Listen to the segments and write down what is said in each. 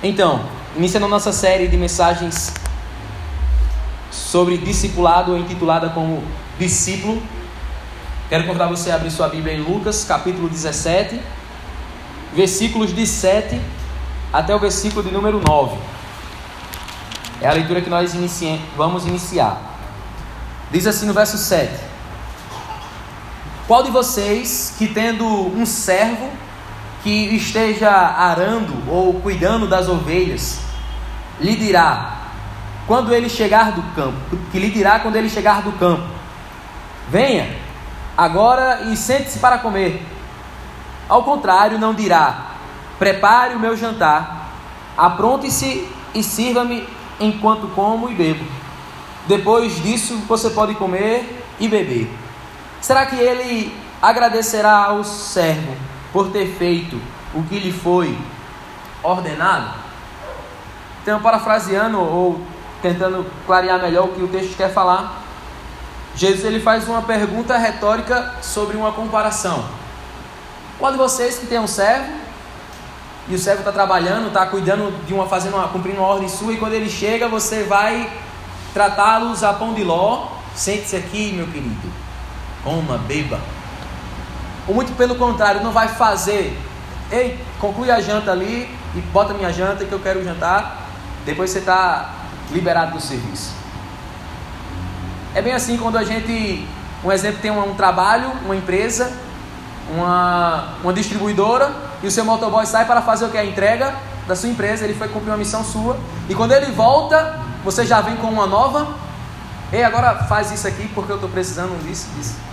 Então, iniciando nossa série de mensagens sobre discipulado, intitulada como Discípulo, quero convidar você a abrir sua Bíblia em Lucas, capítulo 17, versículos de 7 até o versículo de número 9. É a leitura que nós vamos iniciar. Diz assim no verso 7: Qual de vocês que, tendo um servo que esteja arando ou cuidando das ovelhas, lhe dirá quando ele chegar do campo, venha agora e sente-se para comer? Ao contrário, não dirá: prepare o meu jantar, apronte-se e sirva-me enquanto como e bebo. Depois disso você pode comer e beber. Será que ele agradecerá ao servo por ter feito o que lhe foi ordenado? Então, parafraseando ou tentando clarear melhor o que o texto quer falar, Jesus ele faz uma pergunta retórica sobre uma comparação. Qual de vocês que tem um servo, e o servo está trabalhando, está cuidando de cumprindo uma ordem sua, e quando ele chega, você vai tratá-los a pão de ló? Sente-se aqui, meu querido, coma, beba. Ou muito pelo contrário, não vai fazer: ei, conclui a janta ali e bota minha janta que eu quero jantar, depois você está liberado do serviço. É bem assim quando a gente, um exemplo, tem um trabalho, uma empresa, uma distribuidora, e o seu motoboy sai para fazer o que? A entrega da sua empresa. Ele foi cumprir uma missão sua, e quando ele volta, você já vem com uma nova: ei, agora faz isso aqui porque eu estou precisando disso.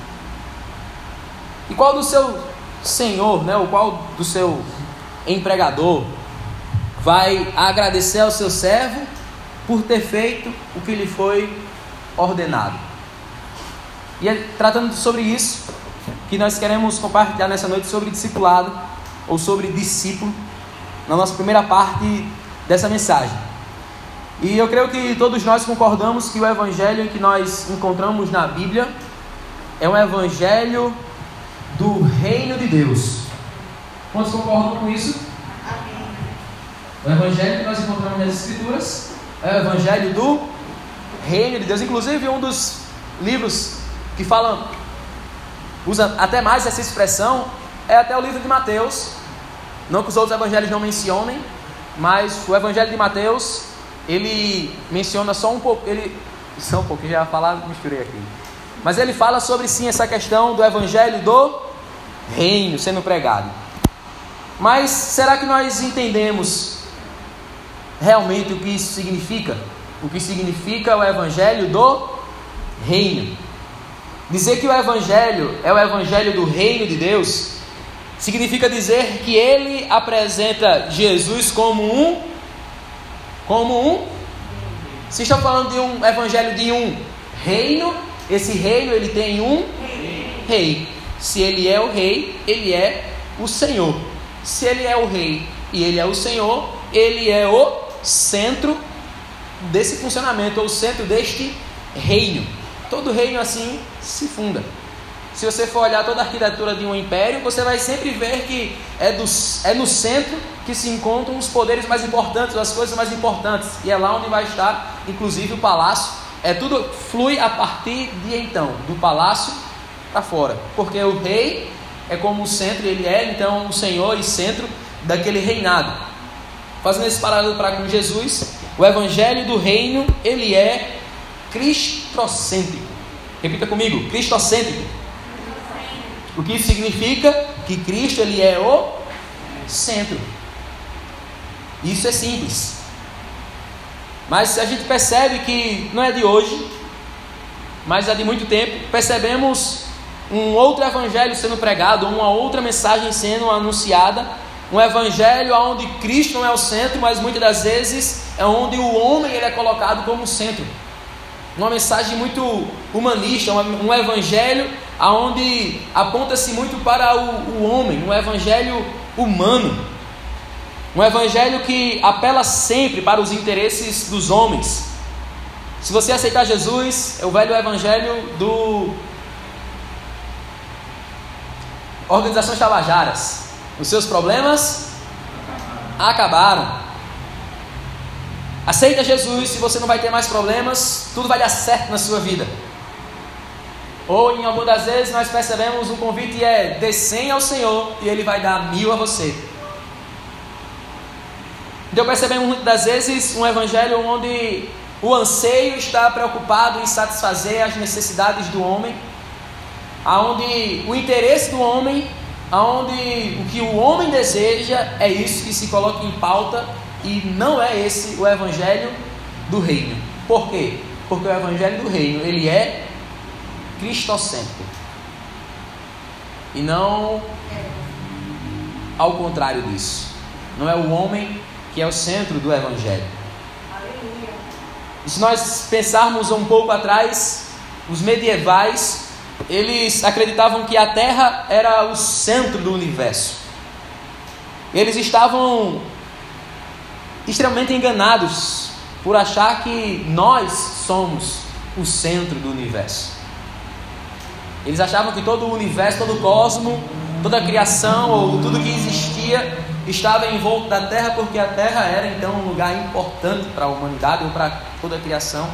E qual do seu senhor, ou qual do seu empregador vai agradecer ao seu servo por ter feito o que lhe foi ordenado? E é tratando sobre isso que nós queremos compartilhar nessa noite, sobre discipulado ou sobre discípulo, na nossa primeira parte dessa mensagem. E eu creio que todos nós concordamos que o evangelho que nós encontramos na Bíblia é um evangelho do reino de Deus. Quantos concordam com isso? Amém. O evangelho que nós encontramos nas Escrituras é o evangelho do reino de Deus. Inclusive, um dos livros que usa até mais essa expressão é até o livro de Mateus. Não que os outros evangelhos não mencionem, mas o evangelho de Mateus, ele menciona só um pouco, já ia falar, misturei aqui. Mas ele fala sobre sim essa questão do evangelho do reino sendo pregado. Mas será que nós entendemos realmente o que isso significa? O que significa o evangelho do reino? Dizer que o evangelho é o evangelho do reino de Deus significa dizer que ele apresenta Jesus como um. Se está falando de um evangelho de um reino, esse reino ele tem um rei. Se ele é o rei, ele é o Senhor. Se ele é o rei e ele é o Senhor, ele é o centro desse funcionamento, ou o centro deste reino. Todo reino assim se funda. Se você for olhar toda a arquitetura de um império, você vai sempre ver que é no centro que se encontram os poderes mais importantes, as coisas mais importantes. E é lá onde vai estar, inclusive, o palácio. Tudo flui a partir de então, do palácio para fora. Porque o rei é como o centro, ele é então o Senhor e centro daquele reinado. Fazendo esse paralelo para com Jesus, o evangelho do reino, ele é cristocêntrico. Repita comigo: cristocêntrico. O que isso significa? Que Cristo ele é o centro. Isso é simples. Mas a gente percebe que não é de hoje, mas é de muito tempo. Percebemos um outro evangelho sendo pregado, uma outra mensagem sendo anunciada. Um evangelho onde Cristo não é o centro, mas muitas das vezes é onde o homem ele é colocado como centro. Uma mensagem muito humanista, um evangelho onde aponta-se muito para o homem, um evangelho humano. Um evangelho que apela sempre para os interesses dos homens. Se você aceitar Jesus, é o velho evangelho do Organizações Tabajaras. Os seus problemas acabaram. Aceita Jesus, se você não vai ter mais problemas, tudo vai dar certo na sua vida. Ou em algumas das vezes nós percebemos o convite é: descem ao Senhor e Ele vai dar 1000 a você. Então percebemos muitas das vezes um evangelho onde o anseio está preocupado em satisfazer as necessidades do homem, aonde o interesse do homem, aonde o que o homem deseja é isso que se coloca em pauta, e não é esse o evangelho do reino. Por quê? Porque o evangelho do reino, ele é cristocêntrico e não ao contrário disso. Não é o homem que é o centro do evangelho. Aleluia. E se nós pensarmos um pouco atrás, os medievais, eles acreditavam que a Terra era o centro do universo. Eles estavam extremamente enganados por achar que nós somos o centro do universo. Eles achavam que todo o universo, todo o cosmo, toda a criação ou tudo que existia estava em volta da Terra, porque a Terra era então um lugar importante para a humanidade ou para toda a criação.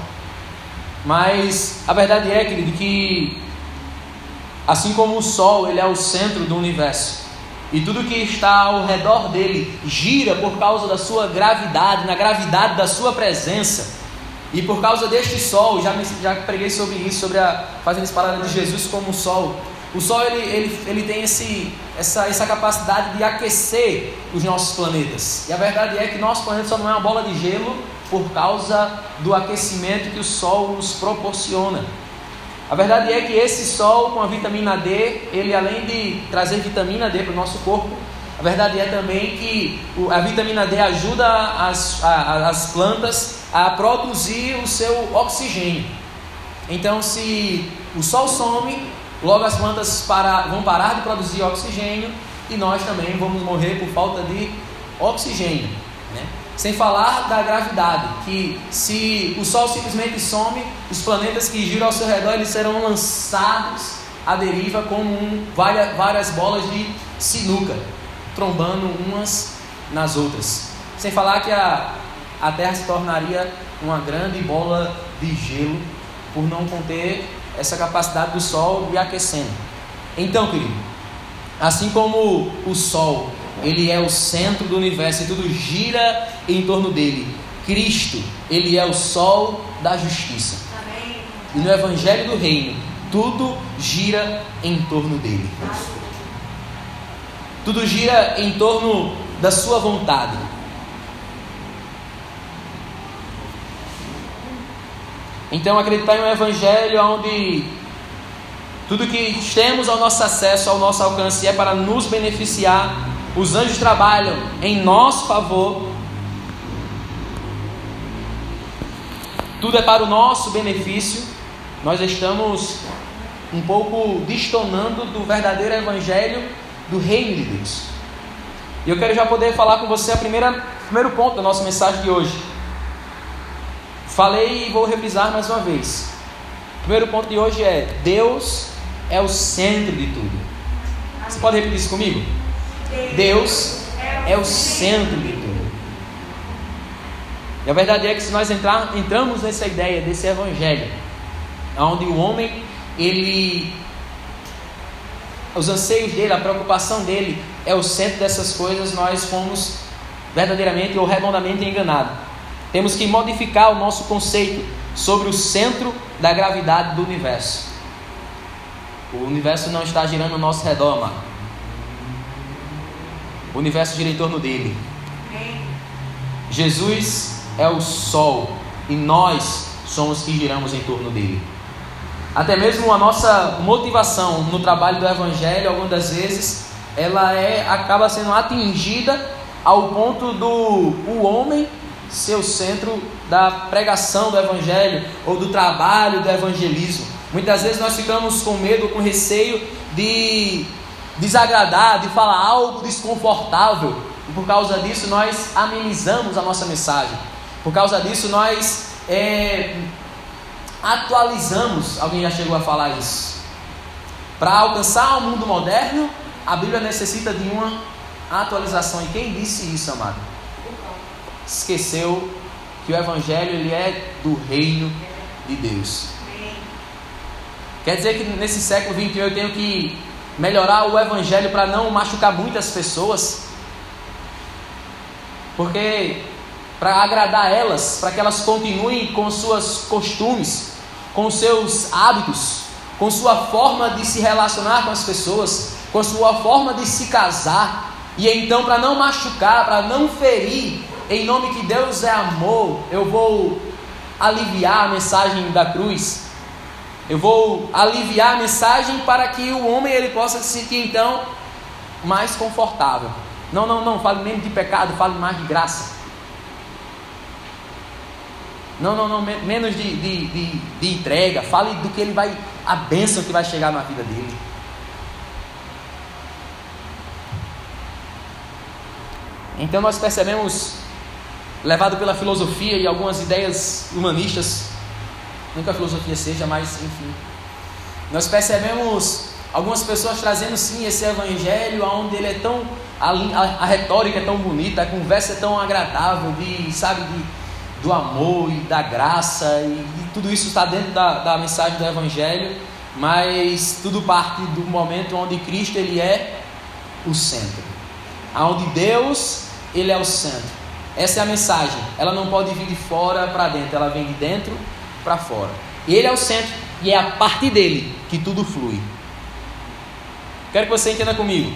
Mas a verdade é, querido, que assim como o Sol, ele é o centro do universo, e tudo que está ao redor dele gira por causa da sua gravidade, na gravidade da sua presença. E por causa deste Sol, já preguei sobre isso, fazendo esse paralelo de Jesus como o Sol. O Sol ele tem essa capacidade de aquecer os nossos planetas. E a verdade é que nosso planeta só não é uma bola de gelo por causa do aquecimento que o Sol nos proporciona. A verdade é que esse Sol com a vitamina D, ele além de trazer vitamina D para o nosso corpo, a verdade é também que a vitamina D ajuda as plantas a produzir o seu oxigênio. Então, se o Sol some, logo as plantas vão parar de produzir oxigênio e nós também vamos morrer por falta de oxigênio, né? Sem falar da gravidade, que se o Sol simplesmente some, os planetas que giram ao seu redor eles serão lançados à deriva como várias bolas de sinuca, trombando umas nas outras. Sem falar que a Terra se tornaria uma grande bola de gelo por não conter essa capacidade do Sol de aquecendo. Então, querido, assim como o Sol, ele é o centro do universo e tudo gira em torno dele, Cristo, ele é o Sol da justiça. Amém. E no Evangelho do Reino, tudo gira em torno dele. Tudo gira em torno da sua vontade. Então, acreditar em um Evangelho onde tudo que temos ao nosso acesso, ao nosso alcance, é para nos beneficiar. Os anjos trabalham em nosso favor. Tudo é para o nosso benefício. Nós estamos um pouco destonando do verdadeiro Evangelho do Reino de Deus. E eu quero já poder falar com você o primeiro ponto da nossa mensagem de hoje. Falei e vou reprisar mais uma vez. O primeiro ponto de hoje é: Deus é o centro de tudo. Você pode repetir isso comigo? Deus é o centro de tudo. E a verdade é que se nós entramos nessa ideia desse Evangelho, onde o homem, os anseios dele, a preocupação dele é o centro dessas coisas, nós fomos verdadeiramente ou redondamente enganados. Temos que modificar o nosso conceito sobre o centro da gravidade do universo. O universo não está girando ao nosso redor, amado. O universo gira em torno dele. Jesus é o Sol e nós somos que giramos em torno dele. Até mesmo a nossa motivação no trabalho do Evangelho, algumas das vezes, ela acaba sendo atingida ao ponto do homem ser o centro da pregação do Evangelho ou do trabalho do evangelismo. Muitas vezes nós ficamos com medo, com receio de desagradar, de falar algo desconfortável, e por causa disso nós amenizamos a nossa mensagem. Por causa disso nós atualizamos. Alguém já chegou a falar isso? Para alcançar o mundo moderno, a Bíblia necessita de uma atualização. E quem disse isso, amado? Esqueceu que o Evangelho ele é do reino de Deus. Quer dizer que nesse século XXI eu tenho que melhorar o Evangelho para não machucar muitas pessoas? Porque para agradar elas, para que elas continuem com seus costumes, com seus hábitos, com sua forma de se relacionar com as pessoas, com sua forma de se casar, e então para não machucar, para não ferir, em nome que Deus é amor, eu vou aliviar a mensagem da cruz. Eu vou aliviar a mensagem para que o homem ele possa se sentir então mais confortável. Não, fale menos de pecado, fale mais de graça. Não, menos de entrega, fale do que ele vai, a bênção que vai chegar na vida dele. Então nós percebemos, levado pela filosofia e algumas ideias humanistas, não que a filosofia seja, mas enfim, nós percebemos algumas pessoas trazendo sim esse evangelho onde ele é tão, a retórica é tão bonita, a conversa é tão agradável, do amor e da graça, e tudo isso está dentro da mensagem do evangelho, mas tudo parte do momento onde Cristo ele é o centro, onde Deus ele é o centro. Essa é a mensagem, ela não pode vir de fora para dentro, ela vem de dentro para fora. Ele é o centro e é a partir dele que tudo flui. Quero que você entenda comigo.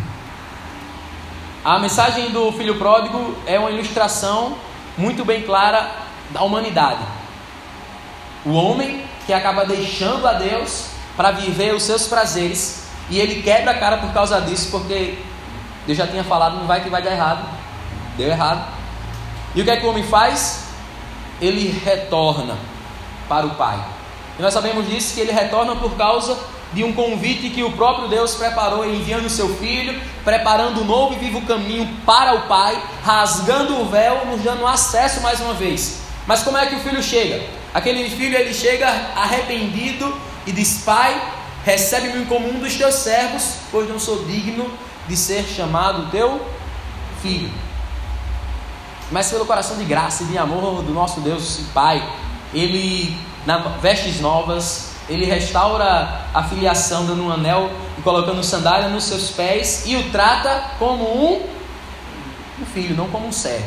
A mensagem do filho pródigo é uma ilustração muito bem clara da humanidade. O homem que acaba deixando a Deus para viver os seus prazeres, e ele quebra a cara por causa disso, porque Deus já tinha falado, não vai que vai dar errado. Deu errado. E o que é que o homem faz? Ele retorna para o Pai. E nós sabemos disso, que ele retorna por causa de um convite que o próprio Deus preparou, enviando o seu Filho, preparando um novo e vivo caminho para o Pai, rasgando o véu, nos dando acesso mais uma vez. Mas como é que o Filho chega? Aquele Filho ele chega arrependido e diz: Pai, recebe-me como um dos teus servos, pois não sou digno de ser chamado teu Filho. Mas pelo coração de graça e de amor do nosso Deus e Pai, ele, vestes novas, ele restaura a filiação, dando um anel e colocando sandália nos seus pés, e o trata como um filho, não como um servo.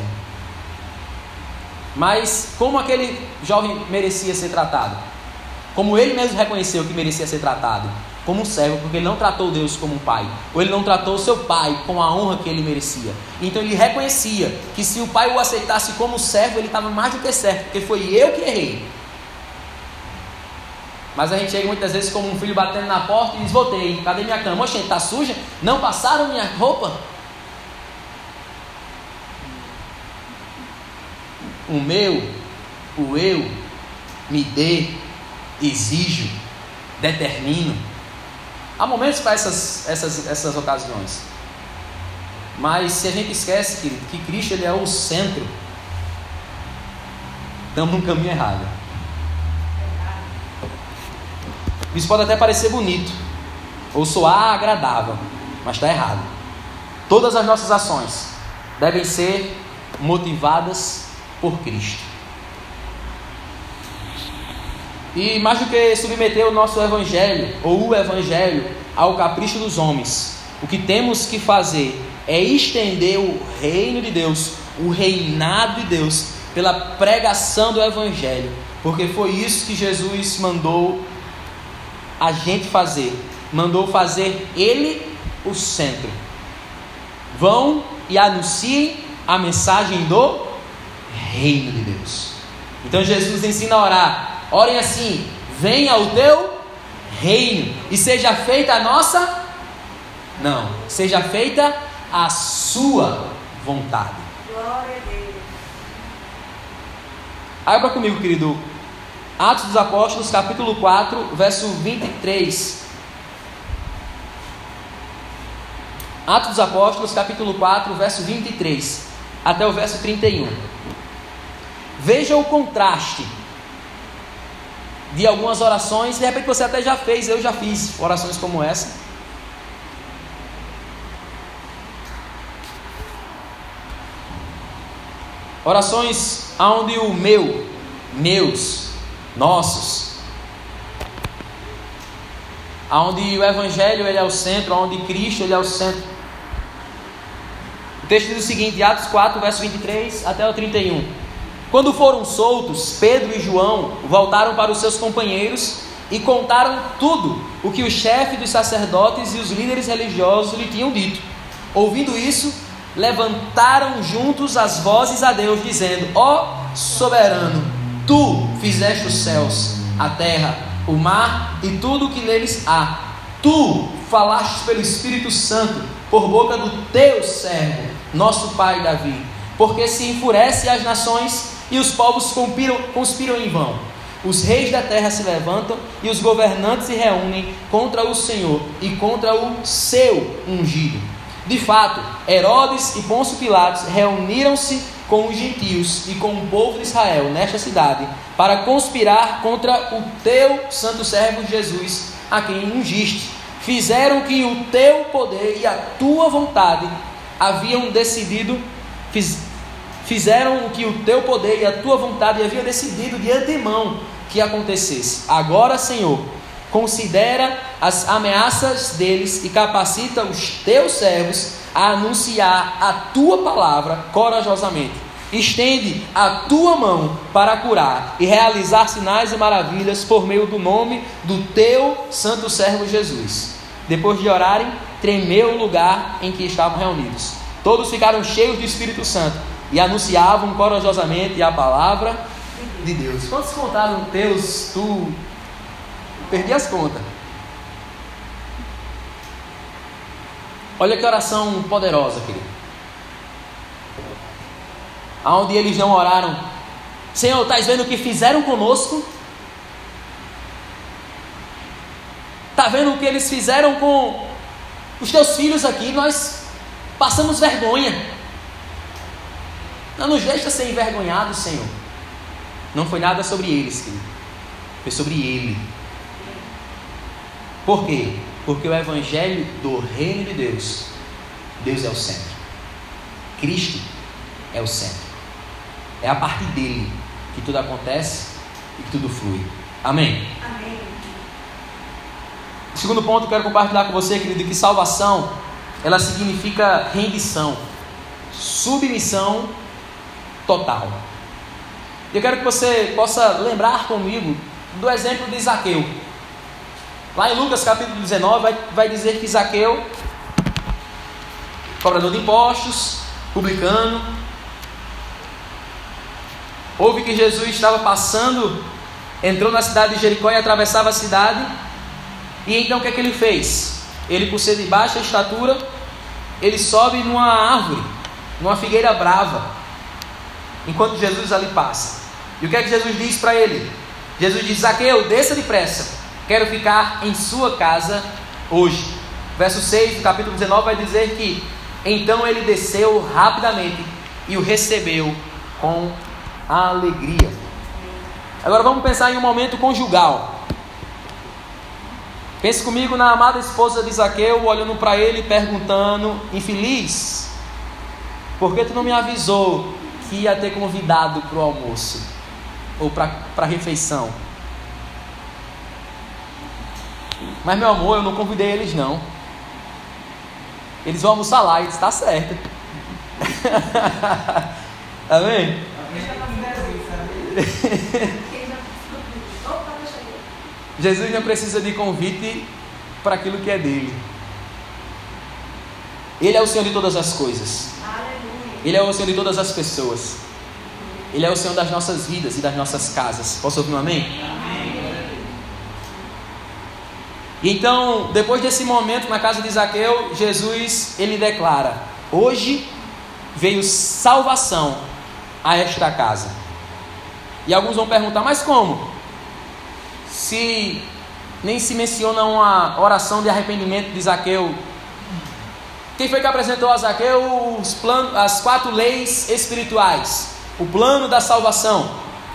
Mas como aquele jovem merecia ser tratado? Como ele mesmo reconheceu que merecia ser tratado? Como um servo, porque ele não tratou Deus como um pai, ou ele não tratou o seu pai com a honra que ele merecia. Então ele reconhecia que se o pai o aceitasse como servo, ele estava mais do que certo, porque foi eu que errei. Mas a gente chega muitas vezes como um filho batendo na porta e diz: voltei, cadê minha cama? Oxe, está suja? Não passaram minha roupa? O eu, me dê, exijo, determino. Há momentos para essas ocasiões. Mas se a gente esquece, querido, que Cristo ele é o centro, estamos num caminho errado. Isso pode até parecer bonito ou soar agradável, mas está errado. Todas as nossas ações devem ser motivadas por Cristo. E mais do que submeter o nosso evangelho, ou o evangelho, ao capricho dos homens, o que temos que fazer é estender o reino de Deus, o reinado de Deus, pela pregação do evangelho, porque foi isso que Jesus mandou a gente fazer. Mandou fazer ele o centro. Vão e anunciem a mensagem do reino de Deus. Então Jesus ensina a orar. Orem assim: venha o teu reino e seja feita a nossa... Não, seja feita a sua vontade. Glória a Deus. Abra comigo, querido, Atos dos Apóstolos, capítulo 4, verso 23. Atos dos Apóstolos, capítulo 4, verso 23 até o verso 31. Veja o contraste de algumas orações. De repente você até já fez, eu já fiz orações como essa. Orações onde o meu, meus, nossos, onde o Evangelho ele é o centro, onde Cristo ele é o centro. O texto diz o seguinte, Atos 4, verso 23 até o 31. Quando foram soltos, Pedro e João voltaram para os seus companheiros e contaram tudo o que o chefe dos sacerdotes e os líderes religiosos lhe tinham dito. Ouvindo isso, levantaram juntos as vozes a Deus, dizendo: ó soberano, tu fizeste os céus, a terra, o mar e tudo o que neles há. Tu falaste pelo Espírito Santo por boca do teu servo, nosso pai Davi, porque se enfurece as nações e os povos conspiram em vão. Os reis da terra se levantam e os governantes se reúnem contra o Senhor e contra o seu ungido. De fato, Herodes e Pôncio Pilatos reuniram-se com os gentios e com o povo de Israel nesta cidade para conspirar contra o teu santo servo Jesus, a quem ungiste. Fizeram que o teu poder e a tua vontade haviam decidido Fizeram o que o teu poder e a tua vontade haviam decidido de antemão que acontecesse. Agora, Senhor, considera as ameaças deles e capacita os teus servos a anunciar a tua palavra corajosamente. Estende a tua mão para curar e realizar sinais e maravilhas por meio do nome do teu santo servo Jesus. Depois de orarem, tremeu o lugar em que estavam reunidos. Todos ficaram cheios do Espírito Santo e anunciavam corajosamente a palavra de Deus. Quantos contaram teus? Perdi as contas. Olha que oração poderosa, querido. Aonde eles não oraram: Senhor, estás vendo o que fizeram conosco? Está vendo o que eles fizeram com os teus filhos aqui? Nós passamos vergonha. Não nos deixa ser envergonhados, Senhor. Não foi nada sobre eles, querido. Foi sobre Ele. Por quê? Porque o Evangelho do Reino de Deus, Deus é o centro. Cristo é o centro. É a partir dele que tudo acontece e que tudo flui. Amém? Amém. O segundo ponto que eu quero compartilhar com você, querido, é que salvação, ela significa rendição, submissão total. Eu quero que você possa lembrar comigo do exemplo de Zaqueu. Lá em Lucas capítulo 19 vai dizer que Zaqueu, cobrador de impostos, publicano, ouve que Jesus estava passando, entrou na cidade de Jericó e atravessava a cidade. E então o que é que ele fez? Ele, por ser de baixa estatura, ele sobe numa árvore, numa figueira brava, enquanto Jesus ali passa. E o que é que Jesus diz para ele? Jesus diz: Zaqueu, desça depressa, quero ficar em sua casa hoje. Verso 6 do capítulo 19 vai dizer que então ele desceu rapidamente e o recebeu com alegria. Agora vamos pensar em um momento conjugal. Pense comigo na amada esposa de Zaqueu, olhando para ele e perguntando: infeliz, por que tu não me avisou que ia ter convidado para o almoço ou para a refeição? Mas meu amor, eu não convidei eles não. Eles vão almoçar lá. E está certo. Amém? Jesus não precisa de convite para aquilo que é dele. Ele é o Senhor de todas as coisas. Ele é o Senhor de todas as pessoas. Ele é o Senhor das nossas vidas e das nossas casas. Posso ouvir um amém? Amém. E então, depois desse momento na casa de Zaqueu, Jesus, ele declara: hoje veio salvação a esta casa. E alguns vão perguntar: mas como? Se nem se menciona uma oração de arrependimento de Zaqueu. Quem foi que apresentou a Zaqueu as 4 leis espirituais? O plano da salvação.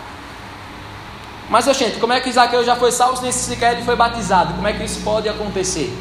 Mas, gente, como é que Zaqueu já foi salvo se nem sequer ele foi batizado? Como é que isso pode acontecer?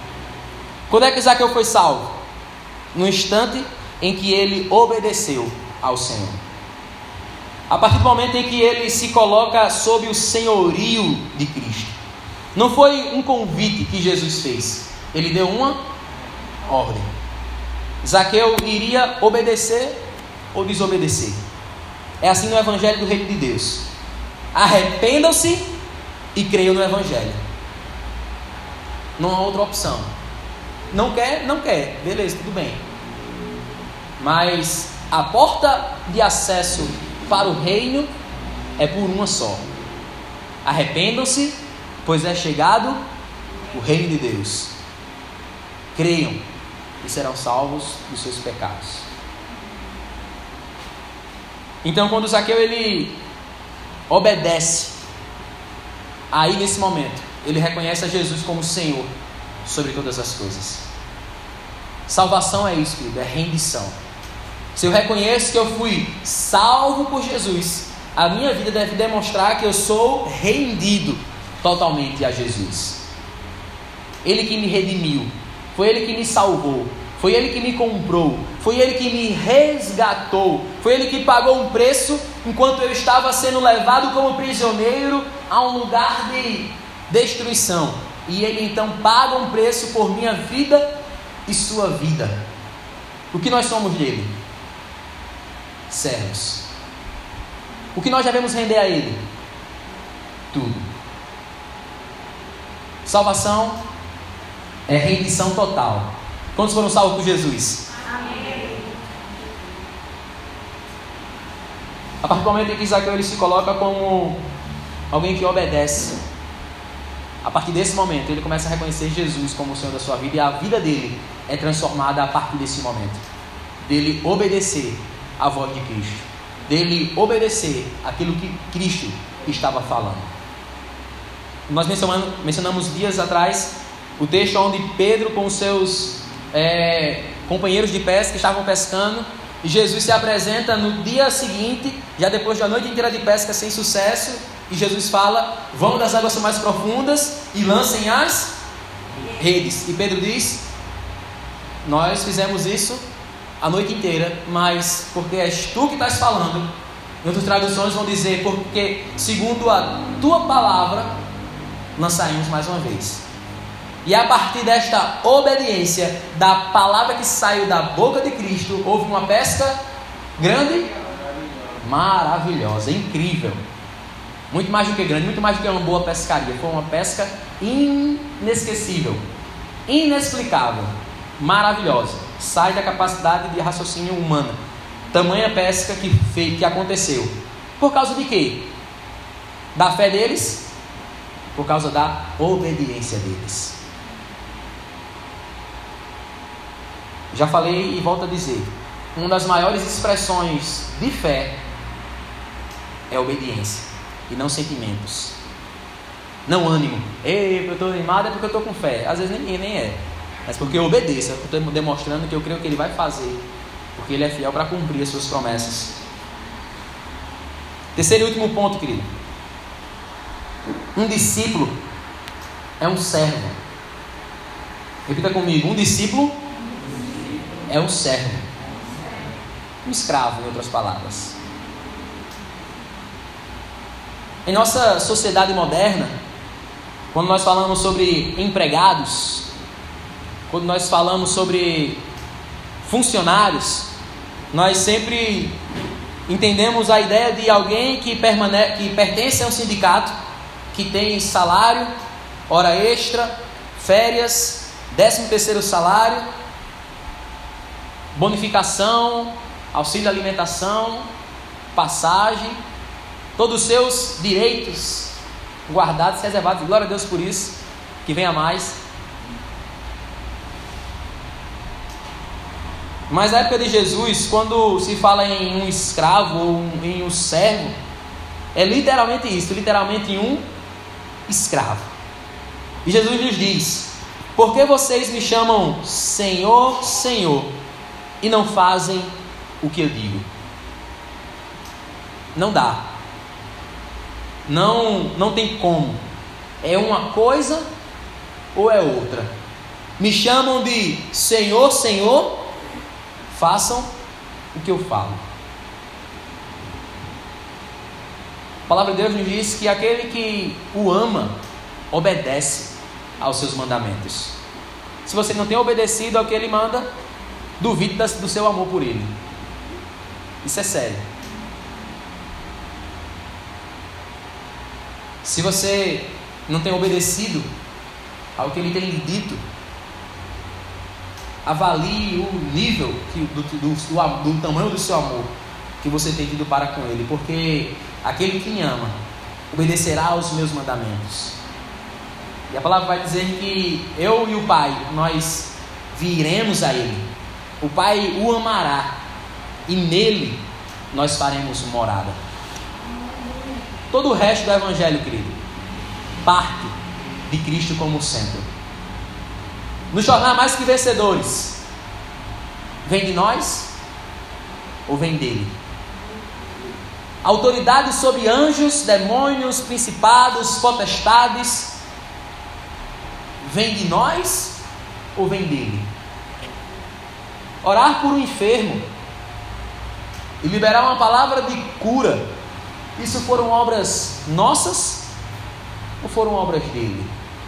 Quando é que Zaqueu foi salvo? No instante em que ele obedeceu. ao Senhor. A partir do momento em que ele se coloca sob o senhorio de Cristo. Não foi um convite que Jesus fez. Ele deu uma ordem. Zaqueu iria obedecer ou desobedecer. É assim no Evangelho do Reino de Deus. Arrependam-se e creiam no Evangelho. Não há outra opção. Não quer, não quer. Beleza, tudo bem. Mas a porta de acesso para o reino é por uma só. Arrependam-se, pois é chegado o reino de Deus. Creiam e serão salvos dos seus pecados. Então, quando Zaqueu ele obedece, aí nesse momento ele reconhece a Jesus como Senhor sobre todas as coisas. Salvação é isso, querido, é rendição. Se eu reconheço que eu fui salvo por Jesus, a minha vida deve demonstrar que eu sou rendido totalmente a Jesus. Ele que me redimiu, foi Ele que me salvou, foi Ele que me comprou, foi Ele que me resgatou, foi Ele que pagou um preço enquanto eu estava sendo levado como prisioneiro a um lugar de destruição. E Ele então paga um preço por minha vida e sua vida. O que nós somos dele? Servos. O que nós devemos render a Ele? Tudo. Salvação é rendição total. Quantos foram salvos por Jesus? Amém. A partir do momento em que Zaqueu ele se coloca como alguém que obedece, a partir desse momento ele começa a reconhecer Jesus como o Senhor da sua vida, e a vida dele é transformada a partir desse momento, dele obedecer à voz de Cristo, dele obedecer aquilo que Cristo estava falando. Nós mencionamos dias atrás o texto onde Pedro com os seus companheiros de pesca estavam pescando, e Jesus se apresenta no dia seguinte, já depois de uma noite inteira de pesca sem sucesso, e Jesus fala: vão das águas mais profundas e lancem as redes. E Pedro diz: nós fizemos isso a noite inteira, mas porque és tu que estás falando. Em outras traduções vão dizer: porque segundo a tua palavra lançaremos mais uma vez. E a partir desta obediência da palavra que saiu da boca de Cristo, houve uma pesca grande, maravilhosa, incrível. Muito mais do que grande, muito mais do que uma boa pescaria. Foi uma pesca inesquecível, inexplicável, maravilhosa. Sai da capacidade de raciocínio humana. Tamanha pesca que aconteceu. Por causa de quê? Da fé deles? Por causa da obediência deles. Já falei e volto a dizer, uma das maiores expressões de fé é obediência e não sentimentos, não ânimo. Ei, eu estou animado é porque eu estou com fé. Às vezes nem é, mas porque eu obedeço, eu estou demonstrando que eu creio que Ele vai fazer, porque Ele é fiel para cumprir as suas promessas. Terceiro e último ponto, querido: um discípulo é um servo. Repita comigo: um discípulo é um servo, um escravo, em outras palavras. Em nossa sociedade moderna, quando nós falamos sobre empregados, quando nós falamos sobre funcionários, nós sempre entendemos a ideia de alguém que pertence a um sindicato, que tem salário, hora extra, férias, 13º salário, bonificação, auxílio alimentação, passagem, todos os seus direitos guardados, reservados. Glória a Deus por isso, que venha mais. Mas na época de Jesus, quando se fala em um escravo ou em um servo, é literalmente isso, literalmente um escravo. E Jesus lhes diz: por que vocês me chamam Senhor, Senhor, e não fazem o que eu digo? Não dá. Não tem como. É uma coisa ou é outra. Me chamam de Senhor, Senhor, façam o que eu falo. palavra de Deus nos diz que aquele que o ama, obedece aos seus mandamentos. Se você não tem obedecido ao que ele manda, duvide do seu amor por ele. Isso é sério. Se você não tem obedecido ao que ele tem lhe dito, avalie o nível do tamanho do seu amor que você tem tido para com ele, porque aquele que me ama obedecerá aos meus mandamentos. E a palavra vai dizer que eu e o Pai, nós viremos a ele. O Pai o amará e nele nós faremos morada. Todo o resto do Evangelho, querido, parte de Cristo como centro. Nos tornar mais que vencedores, vem de nós ou vem dele? Autoridade sobre anjos, demônios, principados, potestades, vem de nós ou vem dele? Orar por um enfermo e liberar uma palavra de cura, isso foram obras nossas ou foram obras dele?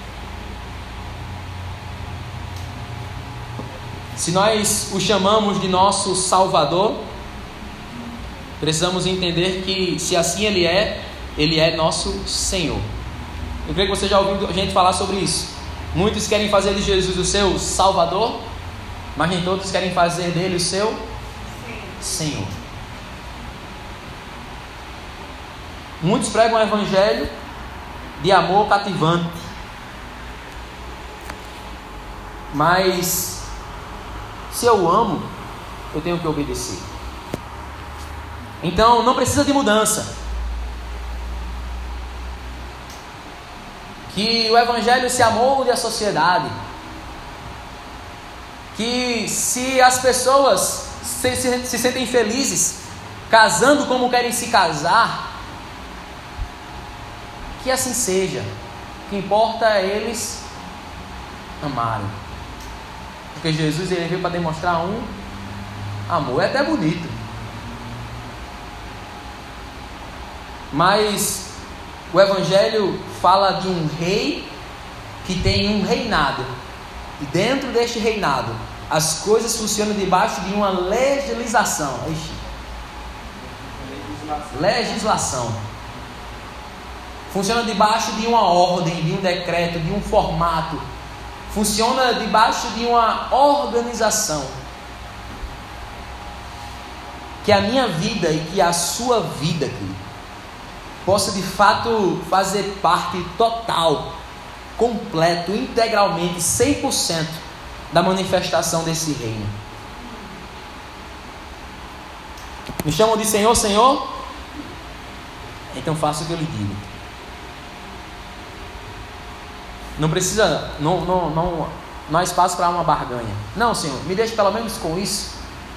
Se nós o chamamos de nosso Salvador, precisamos entender que se assim Ele é nosso Senhor. Eu creio que você já ouviu a gente falar sobre isso. Muitos querem fazer de Jesus o seu Salvador, mas nem todos querem fazer dele o seu Senhor. Muitos pregam um evangelho de amor cativante, mas se eu amo, eu tenho que obedecer. Então não precisa de mudança. Que o evangelho se amolde à sociedade. Que se as pessoas se sentem felizes casando como querem se casar, que assim seja. O que importa é eles amarem. Porque Jesus ele veio para demonstrar um amor. É até bonito. Mas o Evangelho fala de um rei que tem um reinado. E dentro deste reinado, as coisas funcionam debaixo de uma legislação. Legislação. Funciona debaixo de uma ordem, de um decreto, de um formato. Funciona debaixo de uma organização. Que a minha vida e que a sua vida, querido, possa de fato fazer parte total, completo, integralmente, 100% da manifestação desse reino. Me chamam de Senhor, Senhor? Então faça o que eu lhe digo. Não precisa, não há espaço para uma barganha. Não, Senhor, me deixe pelo menos com isso.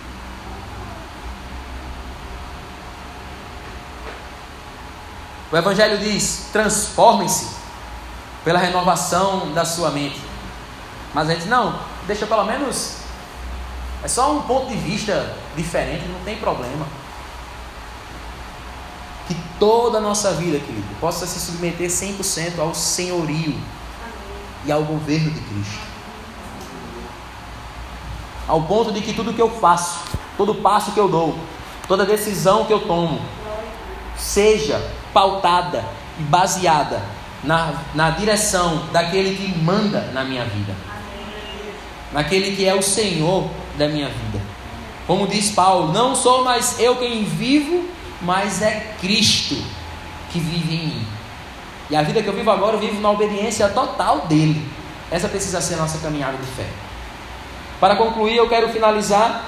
O Evangelho diz: transformem-se pela renovação da sua mente. Mas a gente não, deixa pelo menos, é só um ponto de vista diferente, não tem problema. Que toda a nossa vida, querido, possa se submeter 100% ao senhorio e ao governo de Cristo. Ao ponto de que tudo que eu faço, todo passo que eu dou, toda decisão que eu tomo, seja pautada e baseada na direção daquele que manda na minha vida, naquele que é o Senhor da minha vida. Como diz Paulo: não sou mais eu quem vivo, mas é Cristo que vive em mim. E a vida que eu vivo agora, eu vivo na obediência total dele. Essa precisa ser a nossa caminhada de fé. Para concluir, eu quero finalizar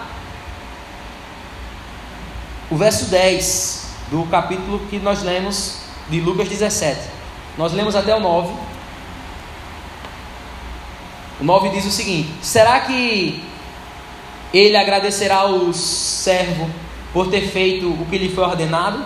o verso 10 do capítulo que nós lemos de Lucas 17. Nós lemos até o 9. O 9 diz o seguinte: será que ele agradecerá ao servo por ter feito o que lhe foi ordenado?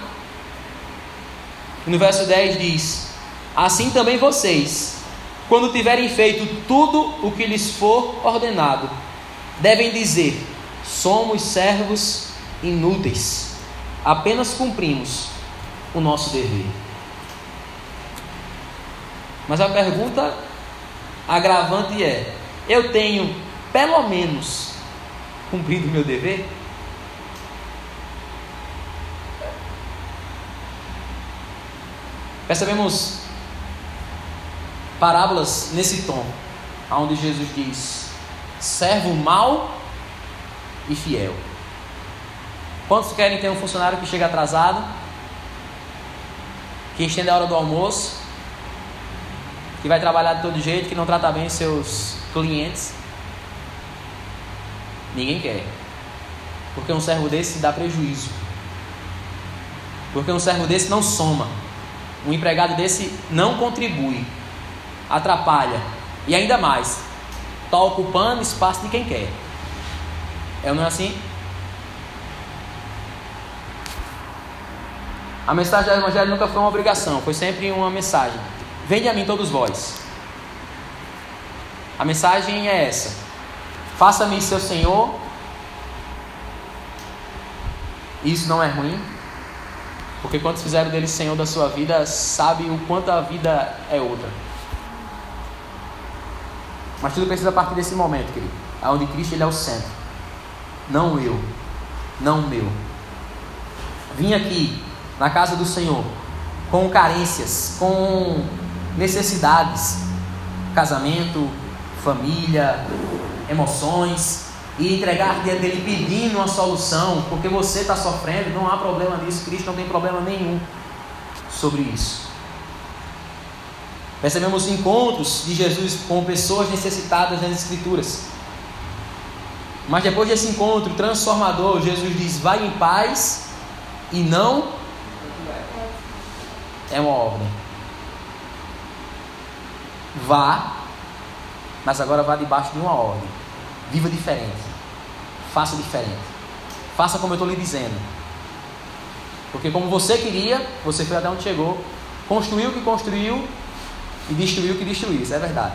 E no verso 10 diz: assim também vocês, quando tiverem feito tudo o que lhes for ordenado, devem dizer: somos servos inúteis, apenas cumprimos o nosso dever. Mas a pergunta agravante é: eu tenho pelo menos cumprido o meu dever? Percebemos parábolas nesse tom, onde Jesus diz: servo mau e fiel. Quantos querem ter um funcionário que chega atrasado, que estende a hora do almoço, que vai trabalhar de todo jeito, que não trata bem seus clientes? Ninguém quer, porque um servo desse dá prejuízo, porque um servo desse não soma, um empregado desse não contribui, atrapalha e ainda mais, está ocupando espaço de quem quer. É ou não é assim? A mensagem do Evangelho nunca foi uma obrigação, foi sempre uma mensagem: vinde a mim todos vós. A mensagem é essa: faça-me seu Senhor. Isso não é ruim, porque quantos fizeram dele Senhor da sua vida, sabe o quanto a vida é outra. Mas tudo precisa partir desse momento, querido, onde Cristo ele é o centro, não eu, não meu. Vim aqui na casa do Senhor com carências, com necessidades, casamento, família, emoções, e entregar diante dele pedindo uma solução, porque você está sofrendo. Não há problema nisso, Cristo não tem problema nenhum sobre isso. Percebemos encontros de Jesus com pessoas necessitadas nas Escrituras, mas depois desse encontro transformador, Jesus diz: vai em paz e não. É uma ordem. Vá, mas agora vá debaixo de uma ordem. Viva diferente. Faça diferente. Faça como eu estou lhe dizendo. Porque como você queria, você foi até onde chegou, construiu o que construiu e destruiu o que destruiu. Isso é verdade.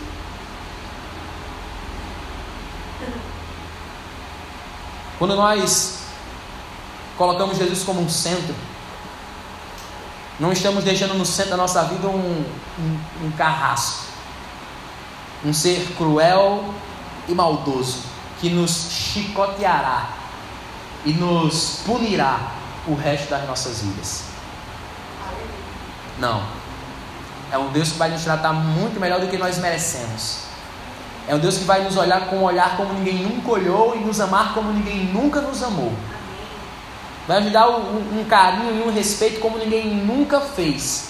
Quando nós colocamos Jesus como um centro, não estamos deixando no centro da nossa vida um carrasco, um ser cruel e maldoso, que nos chicoteará e nos punirá o resto das nossas vidas. Não. É um Deus que vai nos tratar muito melhor do que nós merecemos. É um Deus que vai nos olhar com um olhar como ninguém nunca olhou e nos amar como ninguém nunca nos amou. Vai nos dar um carinho e um respeito como ninguém nunca fez.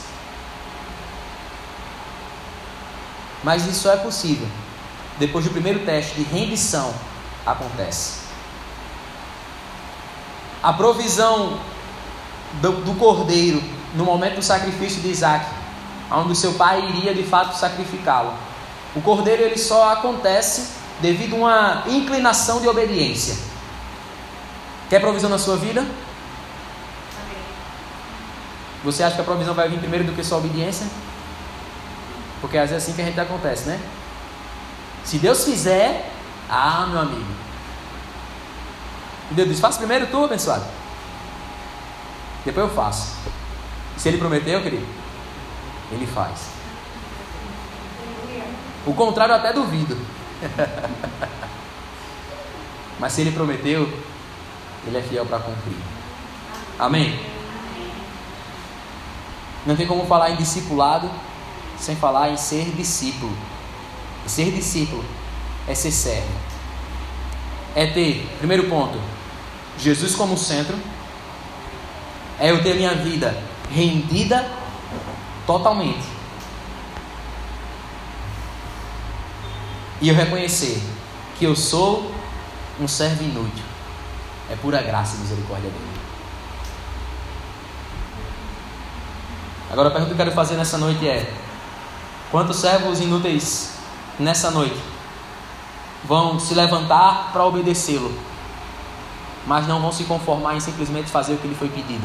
Mas isso só é possível depois do primeiro teste de rendição acontece. A provisão do cordeiro no momento do sacrifício de Isaac, onde o seu pai iria de fato sacrificá-lo. O cordeiro ele só acontece devido a uma inclinação de obediência. Quer provisão na sua vida? Você acha que a provisão vai vir primeiro do que sua obediência? Porque às vezes é assim que a gente acontece, né? Se Deus fizer, meu amigo. E Deus diz: faça primeiro tu, abençoado. Depois eu faço. Se Ele prometeu, querido, Ele faz. O contrário eu até duvido. Mas se Ele prometeu, Ele é fiel para cumprir. Amém? Não tem como falar em discipulado sem falar em ser discípulo. E ser discípulo é ser servo. É ter, primeiro ponto, Jesus como centro. É eu ter minha vida rendida totalmente. E eu reconhecer que eu sou um servo inútil. É pura graça e misericórdia dele. Agora a pergunta que eu quero fazer nessa noite é: quantos servos inúteis nessa noite vão se levantar para obedecê-lo, mas não vão se conformar em simplesmente fazer o que lhe foi pedido?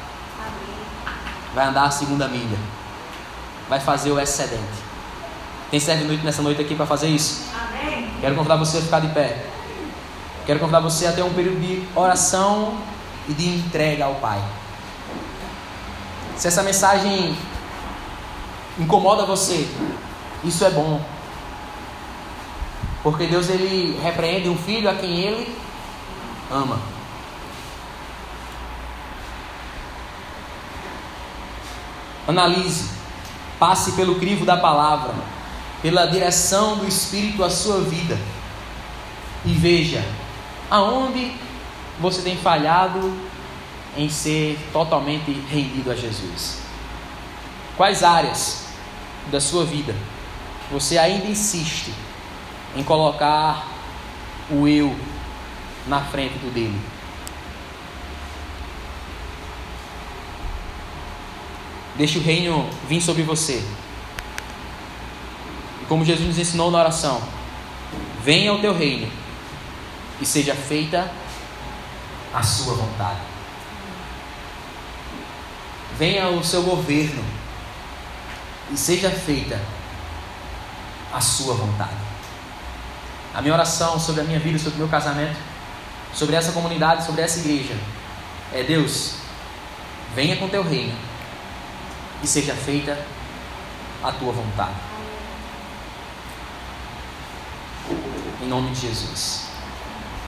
Vai andar a segunda milha, vai fazer o excedente. Tem servo inútil nessa noite aqui para fazer isso? Amém. Quero convidar você a ficar de pé. Quero convidar você a ter um período de oração e de entrega ao Pai. Se essa mensagem incomoda você, isso é bom. Porque Deus, ele repreende um filho a quem ele ama. Analise, passe pelo crivo da palavra, pela direção do Espírito à sua vida e veja aonde você tem falhado em ser totalmente rendido a Jesus. Quais áreas da sua vida você ainda insiste em colocar o eu na frente do dele? Deixe o reino vir sobre você. E como Jesus nos ensinou na oração, venha o teu reino e seja feita a sua vontade. Venha o seu governo e seja feita a sua vontade. A minha oração sobre a minha vida, sobre o meu casamento, sobre essa comunidade, sobre essa igreja é: Deus, venha com o teu reino e seja feita a tua vontade. Em nome de Jesus.